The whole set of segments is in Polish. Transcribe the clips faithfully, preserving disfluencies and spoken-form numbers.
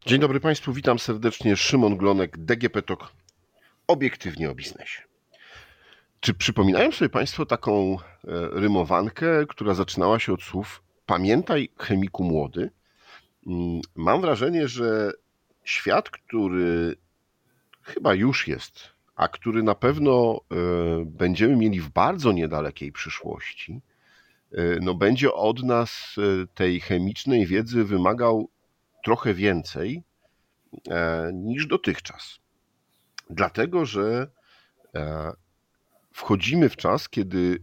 Dzień dobry Państwu, witam serdecznie. Szymon Glonek, D G P Talk, obiektywnie o biznesie. Czy przypominają sobie Państwo taką rymowankę, która zaczynała się od słów „Pamiętaj, chemiku młody"? Mam wrażenie, że świat, który chyba już jest, a który na pewno będziemy mieli w bardzo niedalekiej przyszłości, no będzie od nas tej chemicznej wiedzy wymagał trochę więcej niż dotychczas. Dlatego, że wchodzimy w czas, kiedy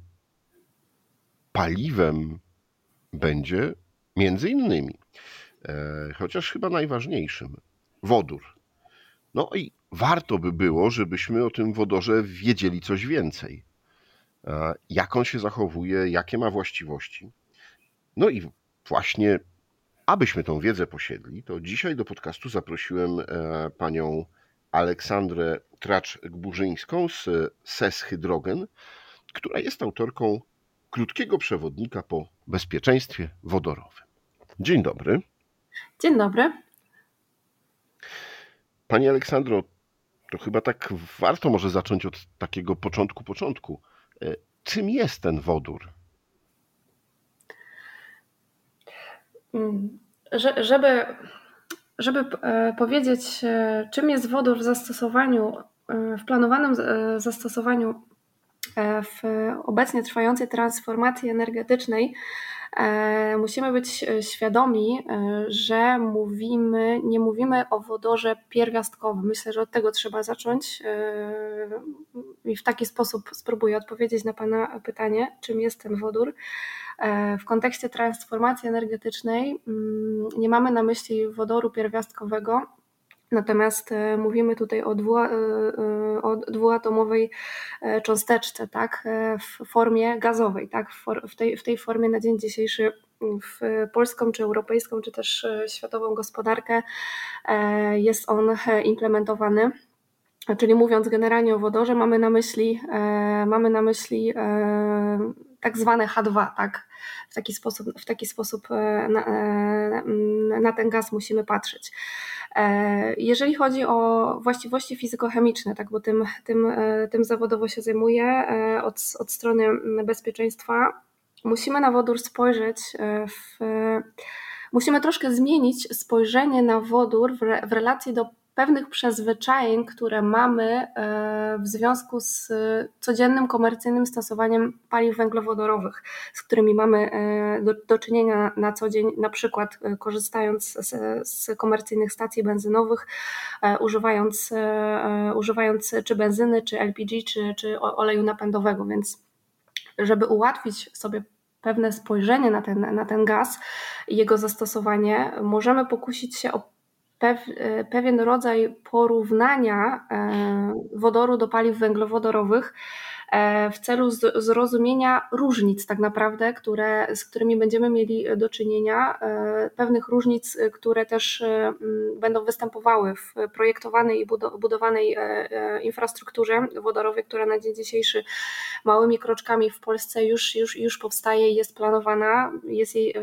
paliwem będzie między innymi, chociaż chyba najważniejszym, wodór. No i warto by było, żebyśmy o tym wodorze wiedzieli coś więcej. Jak on się zachowuje, jakie ma właściwości. No i właśnie, abyśmy tą wiedzę posiedli, to dzisiaj do podcastu zaprosiłem panią Aleksandrę Tracz-Gburzyńską z S E S Hydrogen, która jest autorką krótkiego przewodnika po bezpieczeństwie wodorowym. Dzień dobry. Dzień dobry. Pani Aleksandro, to chyba tak warto może zacząć od takiego początku początku. Czym jest ten wodór? Że, żeby, żeby powiedzieć, czym jest wodór w zastosowaniu, w planowanym zastosowaniu w obecnie trwającej transformacji energetycznej, musimy być świadomi, że mówimy, nie mówimy o wodorze pierwiastkowym. Myślę, że od tego trzeba zacząć i w taki sposób spróbuję odpowiedzieć na Pana pytanie, czym jest ten wodór. W kontekście transformacji energetycznej nie mamy na myśli wodoru pierwiastkowego, natomiast mówimy tutaj o, dwu, o dwuatomowej cząsteczce, tak, w formie gazowej, tak, w tej, w tej formie na dzień dzisiejszy w polską, czy europejską, czy też światową gospodarkę jest on implementowany. Czyli mówiąc generalnie o wodorze, mamy na myśli, mamy na myśli tak zwane H dwa, tak? W taki sposób, w taki sposób na, na ten gaz musimy patrzeć. Jeżeli chodzi o właściwości fizykochemiczne, tak, bo tym, tym, tym zawodowo się zajmuję od, od strony bezpieczeństwa, musimy na wodór spojrzeć w, musimy troszkę zmienić spojrzenie na wodór w, w relacji do pewnych przyzwyczajeń, które mamy w związku z codziennym komercyjnym stosowaniem paliw węglowodorowych, z którymi mamy do, do czynienia na co dzień, na przykład korzystając z, z komercyjnych stacji benzynowych, używając, używając czy benzyny, czy L P G, czy, czy oleju napędowego. Więc żeby ułatwić sobie pewne spojrzenie na ten, na ten gaz i jego zastosowanie, możemy pokusić się o pewien rodzaj porównania wodoru do paliw węglowodorowych w celu zrozumienia różnic tak naprawdę, które, z którymi będziemy mieli do czynienia, pewnych różnic, które też będą występowały w projektowanej i budowanej infrastrukturze wodorowej, która na dzień dzisiejszy małymi kroczkami w Polsce już, już, już powstaje i jest planowana. Jest jej,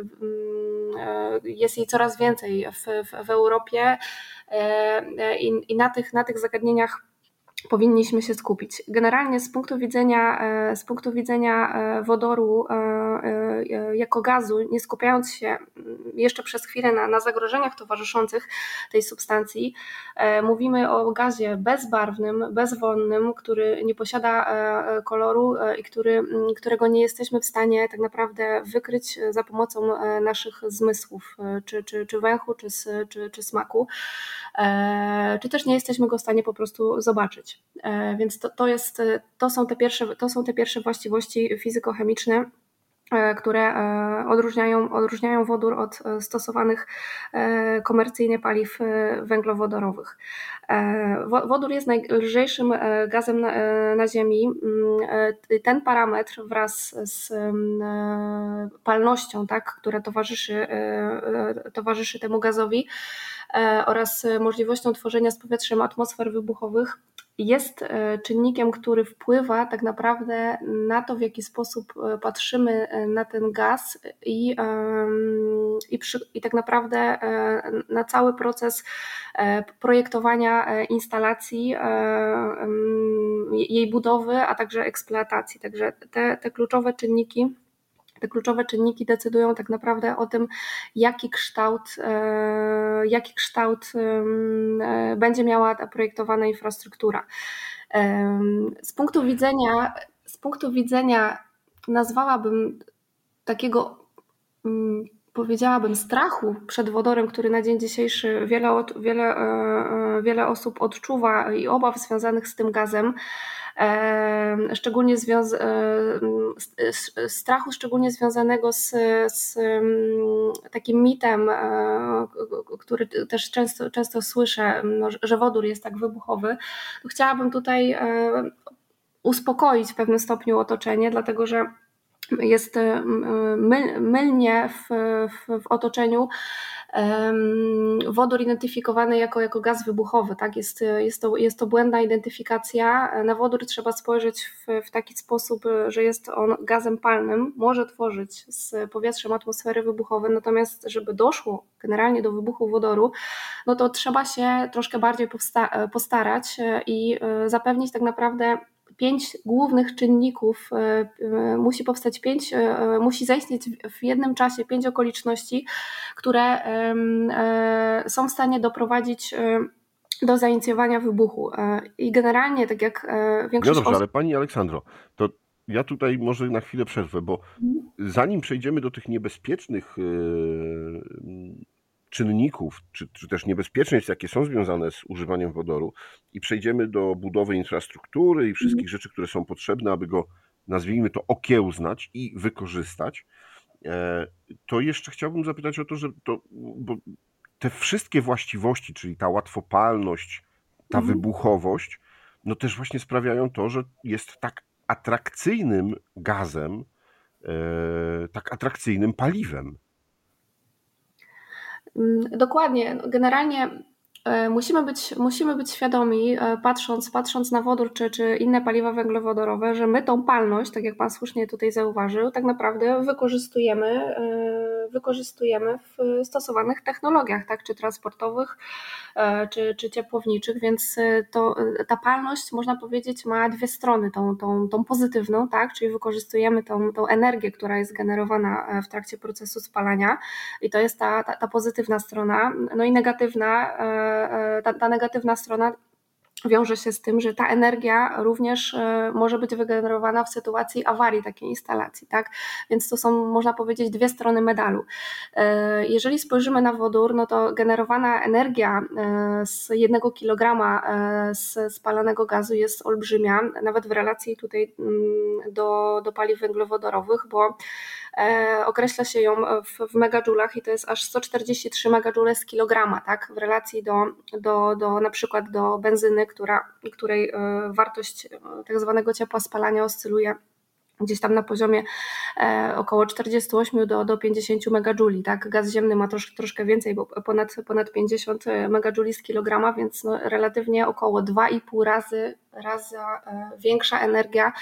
jest jej coraz więcej w, w, w Europie i, i na tych, na tych zagadnieniach powinniśmy się skupić. Generalnie z punktu widzenia, z punktu widzenia wodoru jako gazu, nie skupiając się jeszcze przez chwilę na, na zagrożeniach towarzyszących tej substancji, mówimy o gazie bezbarwnym, bezwonnym, który nie posiada koloru i który, którego nie jesteśmy w stanie tak naprawdę wykryć za pomocą naszych zmysłów, czy, czy, czy węchu, czy, czy, czy smaku, czy też nie jesteśmy go w stanie po prostu zobaczyć. Więc to, to, jest, to, są te pierwsze, to są te pierwsze właściwości fizykochemiczne, które odróżniają, odróżniają wodór od stosowanych komercyjnie paliw węglowodorowych. Wodór jest najlżejszym gazem na, na Ziemi. Ten parametr wraz z palnością, tak, która towarzyszy, towarzyszy temu gazowi, oraz możliwością tworzenia z powietrzem atmosfer wybuchowych jest czynnikiem, który wpływa tak naprawdę na to, w jaki sposób patrzymy na ten gaz i, i, przy, i tak naprawdę na cały proces projektowania instalacji, jej budowy, a także eksploatacji. Także te, te kluczowe czynniki Te kluczowe czynniki decydują tak naprawdę o tym, jaki kształt, jaki kształt będzie miała ta projektowana infrastruktura. Z punktu widzenia, z punktu widzenia nazwałabym takiego, powiedziałabym, strachu przed wodorem, który na dzień dzisiejszy wiele, wiele, wiele osób odczuwa i obaw związanych z tym gazem, szczególnie związ- strachu szczególnie związanego z, z takim mitem, który też często, często słyszę, no, że wodór jest tak wybuchowy. Chciałabym tutaj uspokoić w pewnym stopniu otoczenie, dlatego że jest myl, mylnie w, w, w otoczeniu wodór identyfikowany jako, jako gaz wybuchowy. Tak? Jest, jest, to, jest to błędna identyfikacja. Na wodór trzeba spojrzeć w, w taki sposób, że jest on gazem palnym, może tworzyć z powietrzem atmosfery wybuchowe, natomiast żeby doszło generalnie do wybuchu wodoru, no to trzeba się troszkę bardziej powsta- postarać i zapewnić tak naprawdę pięć głównych czynników, musi powstać pięć, musi zaistnieć w jednym czasie pięć okoliczności, które są w stanie doprowadzić do zainicjowania wybuchu. I generalnie, tak jak większość No dobrze, osób... ale pani Aleksandro, to ja tutaj może na chwilę przerwę, bo zanim przejdziemy do tych niebezpiecznych czynników, czy, czy też niebezpieczeństw, jakie są związane z używaniem wodoru i przejdziemy do budowy infrastruktury i wszystkich rzeczy, które są potrzebne, aby go, nazwijmy to, okiełznać i wykorzystać, to jeszcze chciałbym zapytać o to, że to, bo te wszystkie właściwości, czyli ta łatwopalność, ta mhm. wybuchowość, no też właśnie sprawiają to, że jest tak atrakcyjnym gazem, tak atrakcyjnym paliwem. Dokładnie. Generalnie musimy być, musimy być świadomi, patrząc, patrząc na wodór czy, czy inne paliwa węglowodorowe, że my tą palność, tak jak Pan słusznie tutaj zauważył, tak naprawdę wykorzystujemy, wykorzystujemy w stosowanych technologiach, tak, czy transportowych, czy, czy ciepłowniczych, więc to, ta palność, można powiedzieć, ma dwie strony, tą, tą, tą pozytywną, tak, czyli wykorzystujemy tą, tą energię, która jest generowana w trakcie procesu spalania i to jest ta, ta, ta pozytywna strona, no i negatywna. Ta, ta negatywna strona wiąże się z tym, że ta energia również może być wygenerowana w sytuacji awarii takiej instalacji, tak? Więc to są, można powiedzieć, dwie strony medalu. Jeżeli spojrzymy na wodór, no to generowana energia z jednego kilograma z spalanego gazu jest olbrzymia, nawet w relacji tutaj do, do paliw węglowodorowych, bo określa się ją w, w megadżulach i to jest aż sto czterdzieści trzy megadżule z kilograma, tak? W relacji do, do, do na przykład do benzyny, która, której wartość tak zwanego ciepła spalania oscyluje gdzieś tam na poziomie około czterdzieści osiem do, do pięćdziesiąt megadżuli, tak? Gaz ziemny ma trosz, troszkę więcej, bo ponad, ponad pięćdziesiąt megadżuli z kilograma, więc no relatywnie około dwa i pół razy, razy większa energia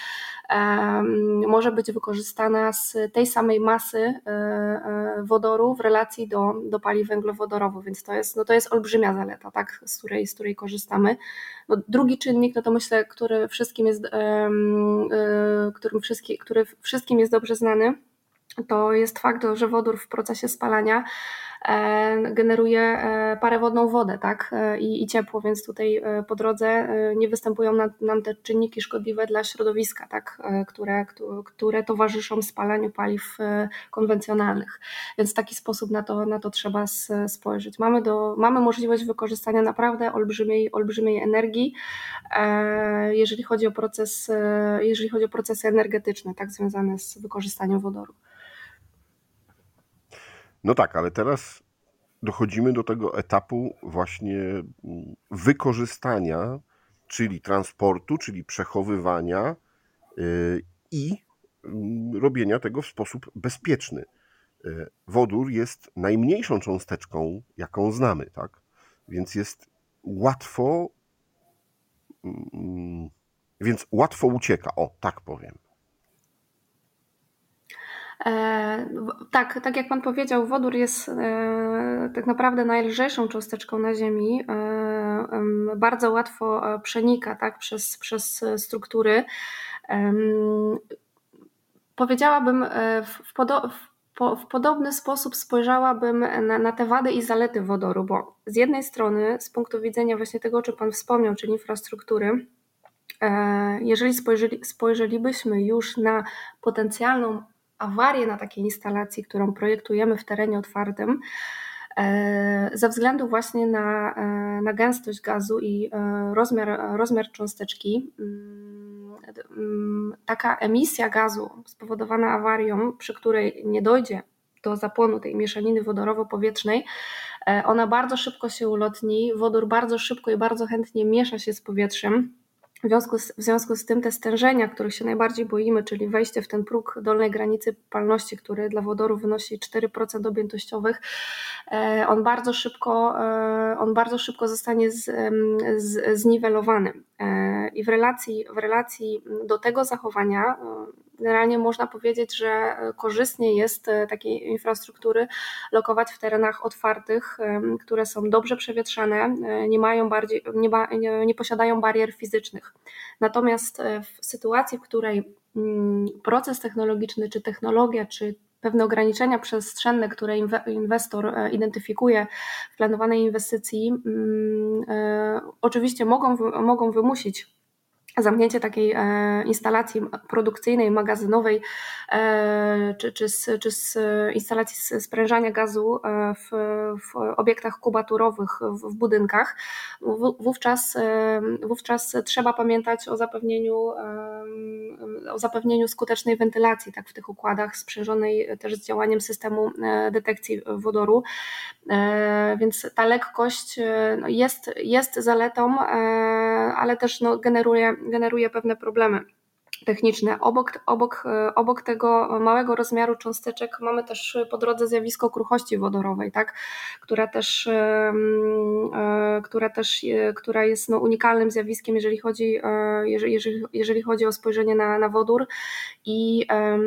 może być wykorzystana z tej samej masy wodoru w relacji do, do paliw węglowodorowych, więc to jest, no to jest olbrzymia zaleta, tak? z, której, z której korzystamy. No, drugi czynnik, no to myślę, który wszystkim jest, którym wszystkim, który wszystkim jest dobrze znany, to jest fakt, że wodór w procesie spalania generuje parę wodną wodę, tak? I, i ciepło, więc tutaj po drodze nie występują nam te czynniki szkodliwe dla środowiska, tak? które, które towarzyszą spalaniu paliw konwencjonalnych. Więc w taki sposób na to, na to trzeba spojrzeć. Mamy, do, mamy możliwość wykorzystania naprawdę olbrzymiej, olbrzymiej energii, jeżeli chodzi o proces, jeżeli chodzi o procesy energetyczne, tak? Związane z wykorzystaniem wodoru. No tak, ale teraz dochodzimy do tego etapu właśnie wykorzystania, czyli transportu, czyli przechowywania i robienia tego w sposób bezpieczny. Wodór jest najmniejszą cząsteczką, jaką znamy, tak? Więc jest łatwo więc łatwo ucieka, o tak powiem. E, tak, tak jak Pan powiedział, wodór jest e, tak naprawdę najlżejszą cząsteczką na Ziemi. E, e, bardzo łatwo przenika, tak, przez, przez struktury. E, powiedziałabym, w, w, podo, w, po, w podobny sposób spojrzałabym na, na te wady i zalety wodoru, bo z jednej strony z punktu widzenia właśnie tego, o czym Pan wspomniał, czyli infrastruktury, e, jeżeli spojrzeli, spojrzelibyśmy już na potencjalną awarię na takiej instalacji, którą projektujemy w terenie otwartym, ze względu właśnie na, na gęstość gazu i rozmiar, rozmiar cząsteczki, taka emisja gazu spowodowana awarią, przy której nie dojdzie do zapłonu tej mieszaniny wodorowo-powietrznej, ona bardzo szybko się ulotni, wodór bardzo szybko i bardzo chętnie miesza się z powietrzem. W związku, z, w związku z tym te stężenia, których się najbardziej boimy, czyli wejście w ten próg dolnej granicy palności, który dla wodoru wynosi cztery procent objętościowych, on bardzo szybko, on bardzo szybko zostanie z, z, zniwelowany. I w relacji, w relacji do tego zachowania generalnie można powiedzieć, że korzystnie jest takiej infrastruktury lokować w terenach otwartych, które są dobrze przewietrzane, nie mają bardziej, nie, ma, nie, nie posiadają barier fizycznych. Natomiast w sytuacji, w której proces technologiczny, czy technologia, czy pewne ograniczenia przestrzenne, które inwestor identyfikuje w planowanej inwestycji, oczywiście mogą, mogą wymusić zamknięcie takiej instalacji produkcyjnej, magazynowej czy, czy, z, czy z instalacji sprężania gazu w, w obiektach kubaturowych w, w budynkach. Wówczas, wówczas trzeba pamiętać o zapewnieniu, o zapewnieniu skutecznej wentylacji, tak, w tych układach, sprzężonej też z działaniem systemu detekcji wodoru. Więc ta lekkość jest, jest zaletą, ale też no, generuje, generuje pewne problemy techniczne. Obok, obok, obok tego małego rozmiaru cząsteczek mamy też po drodze zjawisko kruchości wodorowej, tak? która też, która też która jest no, unikalnym zjawiskiem, jeżeli chodzi, jeżeli, jeżeli, jeżeli chodzi o spojrzenie na, na wodór i,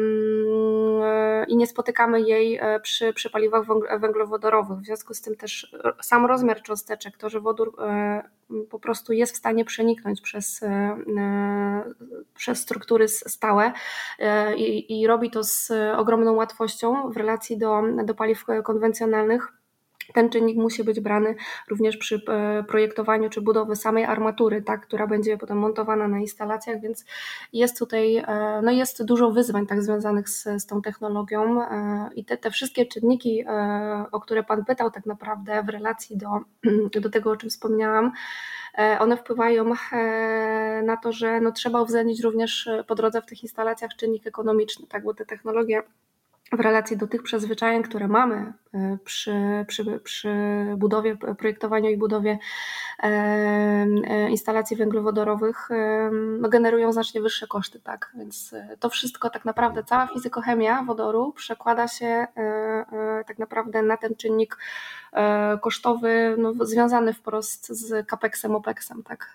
i nie spotykamy jej przy, przy paliwach węglowodorowych. W związku z tym też sam rozmiar cząsteczek, to, że wodór po prostu jest w stanie przeniknąć przez, przez struktury stałe i, i robi to z ogromną łatwością w relacji do, do paliw konwencjonalnych. Ten czynnik musi być brany również przy projektowaniu czy budowie samej armatury, tak, która będzie potem montowana na instalacjach, więc jest tutaj no jest dużo wyzwań tak związanych z, z tą technologią i te, te wszystkie czynniki, o które Pan pytał tak naprawdę w relacji do, do tego, o czym wspomniałam, one wpływają na to, że no trzeba uwzględnić również po drodze w tych instalacjach czynnik ekonomiczny, tak, bo te technologie w relacji do tych przyzwyczajeń, które mamy przy, przy, przy budowie, projektowaniu i budowie instalacji węglowodorowych, no generują znacznie wyższe koszty, tak? Więc to wszystko tak naprawdę, cała fizykochemia wodoru przekłada się tak naprawdę na ten czynnik kosztowy, no, związany wprost z kapeksem, opeksem, tak?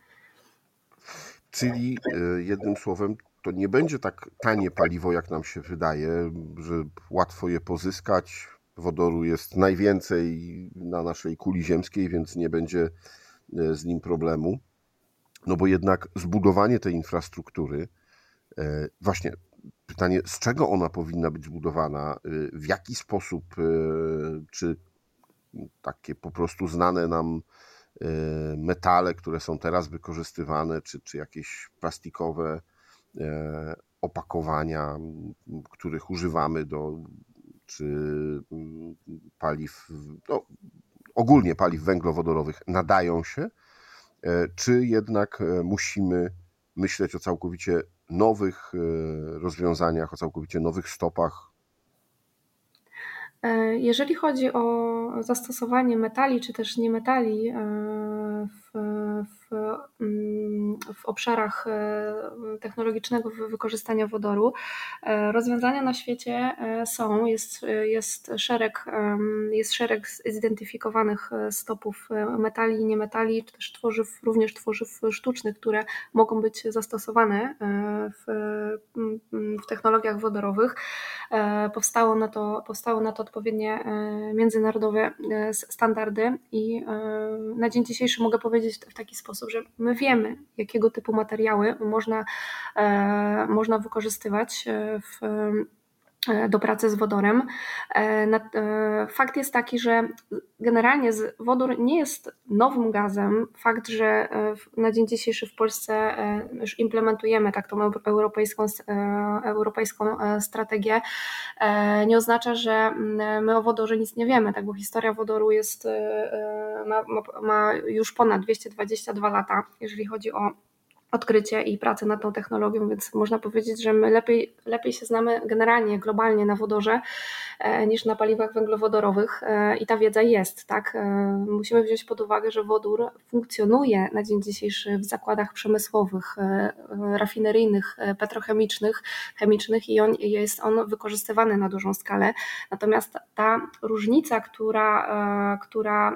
Czyli jednym słowem, to nie będzie tak tanie paliwo, jak nam się wydaje, że łatwo je pozyskać. Wodoru jest najwięcej na naszej kuli ziemskiej, więc nie będzie z nim problemu. No bo jednak zbudowanie tej infrastruktury, właśnie pytanie, z czego ona powinna być zbudowana, w jaki sposób, czy takie po prostu znane nam metale, które są teraz wykorzystywane, czy, czy jakieś plastikowe opakowania, których używamy do czy paliw, no, ogólnie paliw węglowodorowych nadają się, czy jednak musimy myśleć o całkowicie nowych rozwiązaniach, o całkowicie nowych stopach? Jeżeli chodzi o zastosowanie metali czy też niemetali w, w, w obszarach technologicznego wykorzystania wodoru. Rozwiązania na świecie są, jest, jest, szereg, jest szereg zidentyfikowanych stopów metali i niemetali, czy też tworzyw, również tworzyw sztucznych, które mogą być zastosowane w, w technologiach wodorowych. Powstało na to, powstały na to odpowiednie międzynarodowe standardy i na dzień dzisiejszy mogę powiedzieć w taki sposób, że my wiemy, jakiego typu materiały można, można wykorzystywać w do pracy z wodorem. Fakt jest taki, że generalnie wodór nie jest nowym gazem. Fakt, że na dzień dzisiejszy w Polsce już implementujemy tak tą europejską, europejską strategię, nie oznacza, że my o wodorze nic nie wiemy, tak, bo historia wodoru jest, ma, ma już ponad dwieście dwadzieścia dwa lata, jeżeli chodzi o odkrycie i pracę nad tą technologią, więc można powiedzieć, że my lepiej, lepiej się znamy generalnie, globalnie na wodorze niż na paliwach węglowodorowych i ta wiedza jest, tak. Musimy wziąć pod uwagę, że wodór funkcjonuje na dzień dzisiejszy w zakładach przemysłowych, rafineryjnych, petrochemicznych, chemicznych i on, jest on wykorzystywany na dużą skalę. Natomiast ta różnica, która, która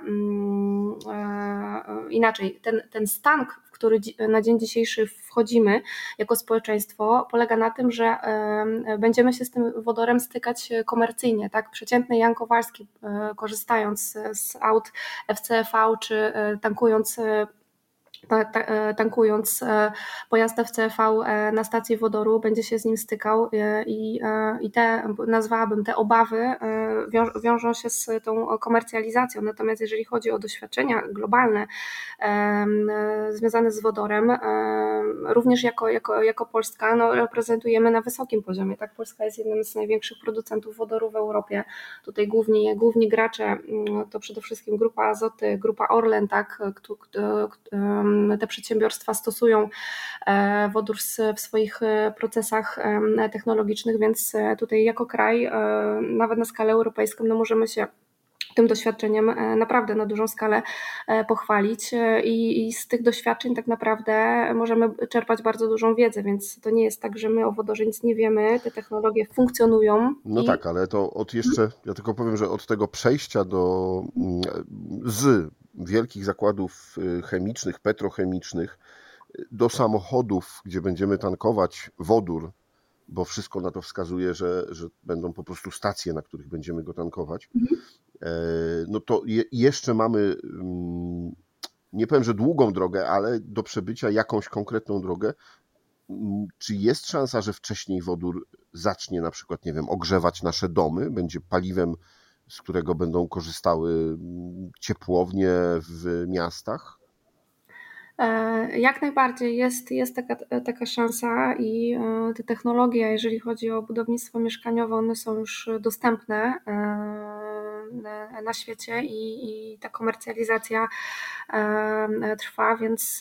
inaczej, ten, ten stan, w który na dzień dzisiejszy wchodzimy jako społeczeństwo, polega na tym, że będziemy się z tym wodorem stykać komercyjnie. Tak? Przeciętny Jan Kowalski, korzystając z aut F C V czy tankując tankując pojazd F C V na stacji wodoru, będzie się z nim stykał i, i te, nazwałabym te obawy, wiążą się z tą komercjalizacją. Natomiast jeżeli chodzi o doświadczenia globalne związane z wodorem, również jako, jako, jako Polska no, reprezentujemy na wysokim poziomie. Tak? Polska jest jednym z największych producentów wodoru w Europie. Tutaj główni, główni gracze to przede wszystkim Grupa Azoty, Grupa Orlen, tak, te przedsiębiorstwa stosują wodór w swoich procesach technologicznych, więc tutaj jako kraj, nawet na skalę europejską, no możemy się tym doświadczeniem naprawdę na dużą skalę pochwalić i, i z tych doświadczeń tak naprawdę możemy czerpać bardzo dużą wiedzę, więc to nie jest tak, że my o wodorze nic nie wiemy, te technologie funkcjonują. No i... tak, ale to od jeszcze, ja tylko powiem, że od tego przejścia do z wielkich zakładów chemicznych, petrochemicznych do samochodów, gdzie będziemy tankować wodór, bo wszystko na to wskazuje, że, że będą po prostu stacje, na których będziemy go tankować, mhm. no to je, jeszcze mamy, nie powiem, że długą drogę, ale do przebycia jakąś konkretną drogę. Czy jest szansa, że wcześniej wodór zacznie na przykład, nie wiem, ogrzewać nasze domy, będzie paliwem, z którego będą korzystały ciepłownie w miastach? Jak najbardziej jest, jest taka, taka szansa i te technologie, jeżeli chodzi o budownictwo mieszkaniowe, one są już dostępne na świecie i, i ta komercjalizacja trwa, więc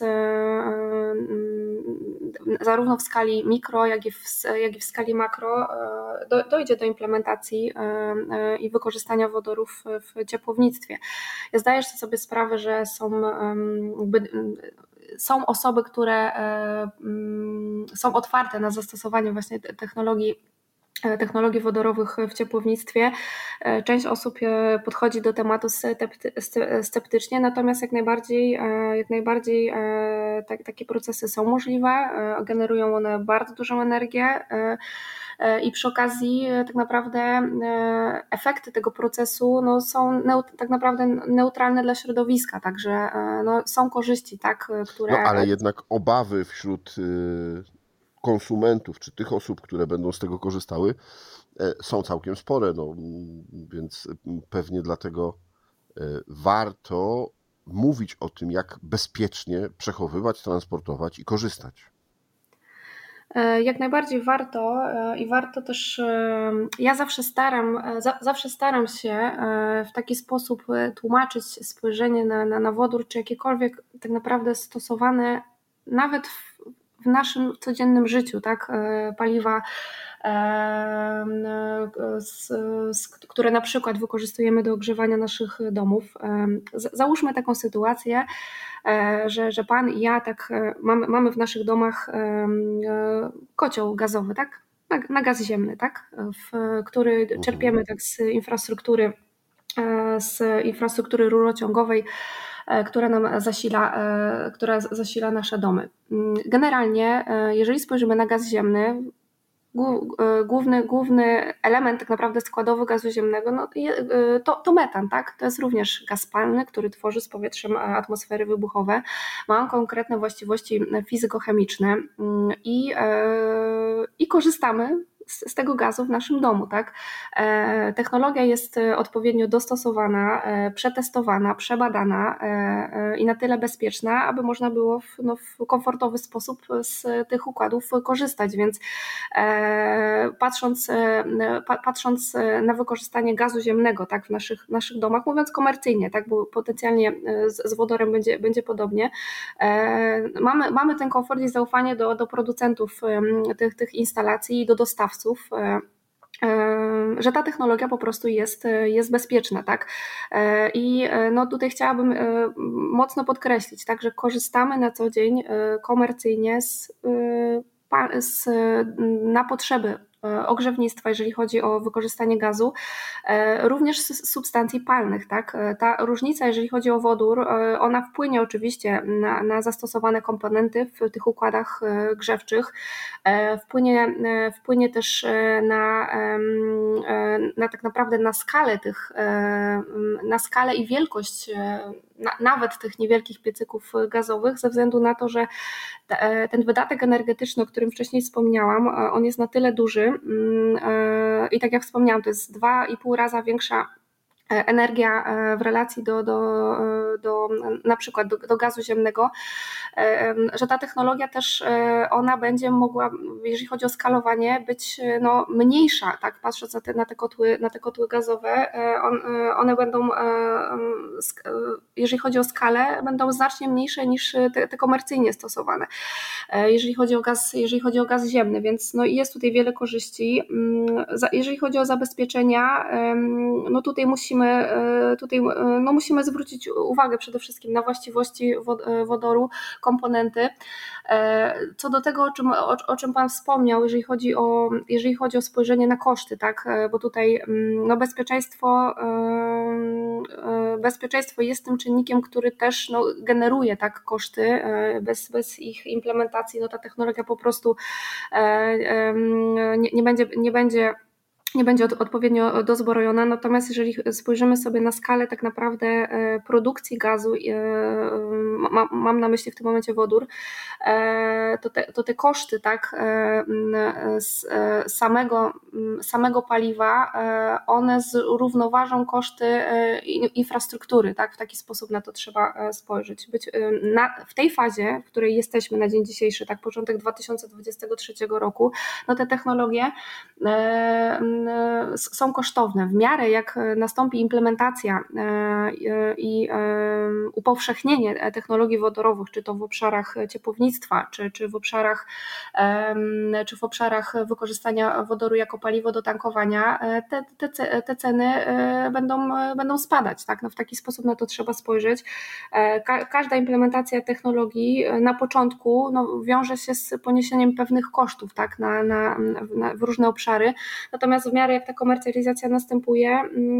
zarówno w skali mikro, jak i w, jak i w skali makro do, dojdzie do implementacji i wykorzystania wodorów w ciepłownictwie. Ja zdaję sobie sprawę, że są jakby są osoby, które są otwarte na zastosowanie właśnie technologii technologii wodorowych w ciepłownictwie. Część osób podchodzi do tematu sceptycznie, natomiast jak najbardziej, jak najbardziej tak, takie procesy są możliwe, generują one bardzo dużą energię i przy okazji tak naprawdę efekty tego procesu no, są neut- tak naprawdę neutralne dla środowiska, także no, są korzyści, tak, które... No ale jednak obawy wśród konsumentów, czy tych osób, które będą z tego korzystały, są całkiem spore, no, więc pewnie dlatego warto mówić o tym, jak bezpiecznie przechowywać, transportować i korzystać. Jak najbardziej warto i warto też, ja zawsze staram, zawsze staram się w taki sposób tłumaczyć spojrzenie na, na, na wodór, czy jakiekolwiek tak naprawdę stosowane nawet w w naszym codziennym życiu, tak, paliwa, z, z, które na przykład wykorzystujemy do ogrzewania naszych domów. Załóżmy taką sytuację, że, że pan i ja tak mamy, mamy w naszych domach kocioł gazowy, tak? Na, na gaz ziemny, tak? W, który czerpiemy tak z infrastruktury, z infrastruktury rurociągowej, która nam zasila, która zasila nasze domy. Generalnie, jeżeli spojrzymy na gaz ziemny, Główny, główny element tak naprawdę składowy gazu ziemnego no, to, to metan, tak? To jest również gaz spalny, który tworzy z powietrzem atmosfery wybuchowe. Ma on konkretne właściwości fizykochemiczne i, i korzystamy z, z tego gazu w naszym domu, tak? Technologia jest odpowiednio dostosowana, przetestowana, przebadana i na tyle bezpieczna, aby można było w, no, w komfortowy sposób z tych układów korzystać, więc patrząc, patrząc na wykorzystanie gazu ziemnego, tak, w naszych, naszych domach, mówiąc komercyjnie, tak, bo potencjalnie z, z wodorem będzie, będzie podobnie, mamy, mamy ten komfort i zaufanie do, do producentów tych, tych instalacji i do dostawców, że ta technologia po prostu jest, jest bezpieczna, tak? I no tutaj chciałabym mocno podkreślić, tak, że korzystamy na co dzień komercyjnie z, z, na potrzeby ogrzewnictwa, jeżeli chodzi o wykorzystanie gazu, również z substancji palnych, tak? Ta różnica, jeżeli chodzi o wodór, ona wpłynie oczywiście na, na zastosowane komponenty w tych układach grzewczych, wpłynie, wpłynie też na, na tak naprawdę na skalę tych, na skalę i wielkość na, nawet tych niewielkich piecyków gazowych, ze względu na to, że ten wydatek energetyczny, o którym wcześniej wspomniałam, on jest na tyle duży i tak jak wspomniałam, to jest dwa i pół raza większa energia w relacji do, do, do na przykład do, do gazu ziemnego, że ta technologia też ona będzie mogła, jeżeli chodzi o skalowanie, być no, mniejsza, tak? Patrząc na te, na te kotły, na te kotły gazowe, on, one będą, jeżeli chodzi o skalę, będą znacznie mniejsze niż te, te komercyjnie stosowane, jeżeli chodzi o gaz, jeżeli chodzi o gaz ziemny, więc no, jest tutaj wiele korzyści. Jeżeli chodzi o zabezpieczenia, no tutaj musimy Tutaj no musimy zwrócić uwagę przede wszystkim na właściwości wodoru, komponenty. Co do tego, o czym, o, o czym Pan wspomniał, jeżeli chodzi o, jeżeli chodzi o spojrzenie na koszty, tak, bo tutaj no bezpieczeństwo, bezpieczeństwo jest tym czynnikiem, który też no, generuje tak koszty. Bez, bez ich implementacji no, ta technologia po prostu nie, nie będzie, nie będzie nie będzie odpowiednio dozbrojona, natomiast jeżeli spojrzymy sobie na skalę tak naprawdę produkcji gazu, mam na myśli w tym momencie wodór, to te, to te koszty tak, samego, samego paliwa, one zrównoważą koszty infrastruktury, tak? W taki sposób na to trzeba spojrzeć. Być na, w tej fazie, w której jesteśmy na dzień dzisiejszy, tak początek dwa tysiące dwudziestego trzeciego roku, no te technologie są kosztowne. W miarę jak nastąpi implementacja i upowszechnienie technologii wodorowych, czy to w obszarach ciepłownictwa, czy, czy, w obszarach, czy w obszarach wykorzystania wodoru jako paliwo do tankowania, te, te, te ceny będą, będą spadać. Tak? No w taki sposób na to trzeba spojrzeć. Ka- każda implementacja technologii na początku no, wiąże się z poniesieniem pewnych kosztów, tak? na, na, na, w różne obszary. Natomiast w miarę jak ta komercjalizacja następuje,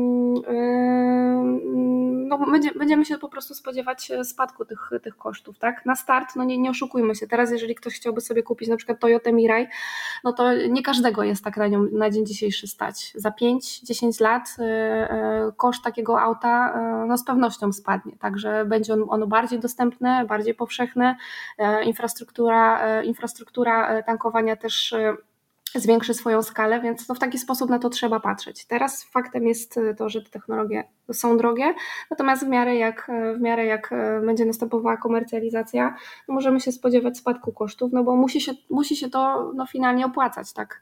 no będziemy się po prostu spodziewać spadku tych, tych kosztów. Tak? Na start, no nie, nie oszukujmy się, teraz jeżeli ktoś chciałby sobie kupić na przykład Toyotę Mirai, no to nie każdego jest tak na nią na dzień dzisiejszy stać. Za pięć do dziesięciu lat koszt takiego auta no z pewnością spadnie, także będzie on, ono bardziej dostępne, bardziej powszechne, infrastruktura, infrastruktura tankowania też zwiększy swoją skalę, więc no w taki sposób na to trzeba patrzeć. Teraz faktem jest to, że te technologie są drogie, natomiast w miarę jak, w miarę jak będzie następowała komercjalizacja, no możemy się spodziewać spadku kosztów, no bo musi się, musi się to no finalnie opłacać, tak?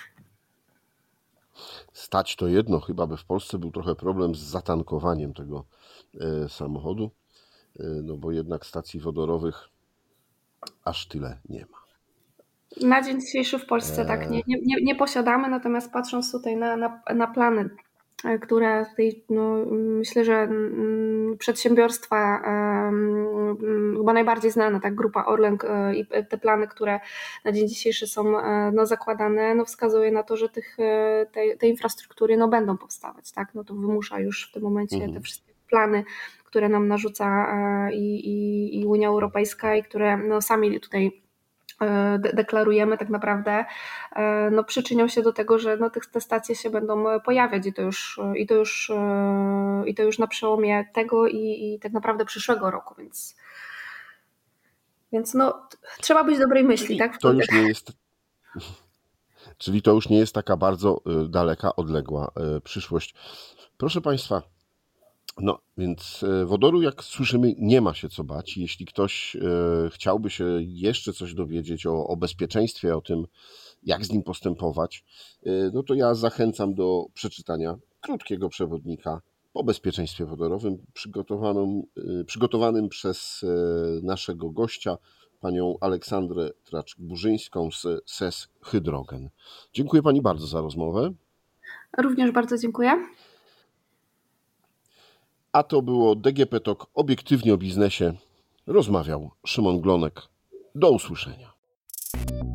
Stać to jedno, chyba by w Polsce był trochę problem z zatankowaniem tego e, samochodu, e, no bo jednak stacji wodorowych aż tyle nie ma. Na dzień dzisiejszy w Polsce tak nie, nie, nie posiadamy, natomiast patrząc tutaj na, na, na plany, które tutaj, no, myślę, że przedsiębiorstwa, chyba najbardziej znane, tak, Grupa Orlen i te plany, które na dzień dzisiejszy są no, zakładane, no, wskazuje na to, że tych, tej, tej infrastruktury no, będą powstawać, tak, no to wymusza już w tym momencie mhm. te wszystkie plany, które nam narzuca i, i, i Unia Europejska i które no, sami tutaj deklarujemy tak naprawdę, no przyczynią się do tego, że no te stacje się będą pojawiać i to już, i to już, i to już na przełomie tego i, i tak naprawdę przyszłego roku, więc, więc no trzeba być dobrej myśli, tak? To już nie jest, czyli to już nie jest taka bardzo daleka, odległa przyszłość. Proszę Państwa, no więc wodoru, jak słyszymy, nie ma się co bać. Jeśli ktoś chciałby się jeszcze coś dowiedzieć o, o bezpieczeństwie, o tym, jak z nim postępować, no to ja zachęcam do przeczytania krótkiego przewodnika o bezpieczeństwie wodorowym przygotowanym, przygotowanym przez naszego gościa, panią Aleksandrę Tracz-Burzyńską z S E S Hydrogen. Dziękuję Pani bardzo za rozmowę. Również bardzo dziękuję. A to było D G P Talk, obiektywnie o biznesie. Rozmawiał Szymon Glonek. Do usłyszenia.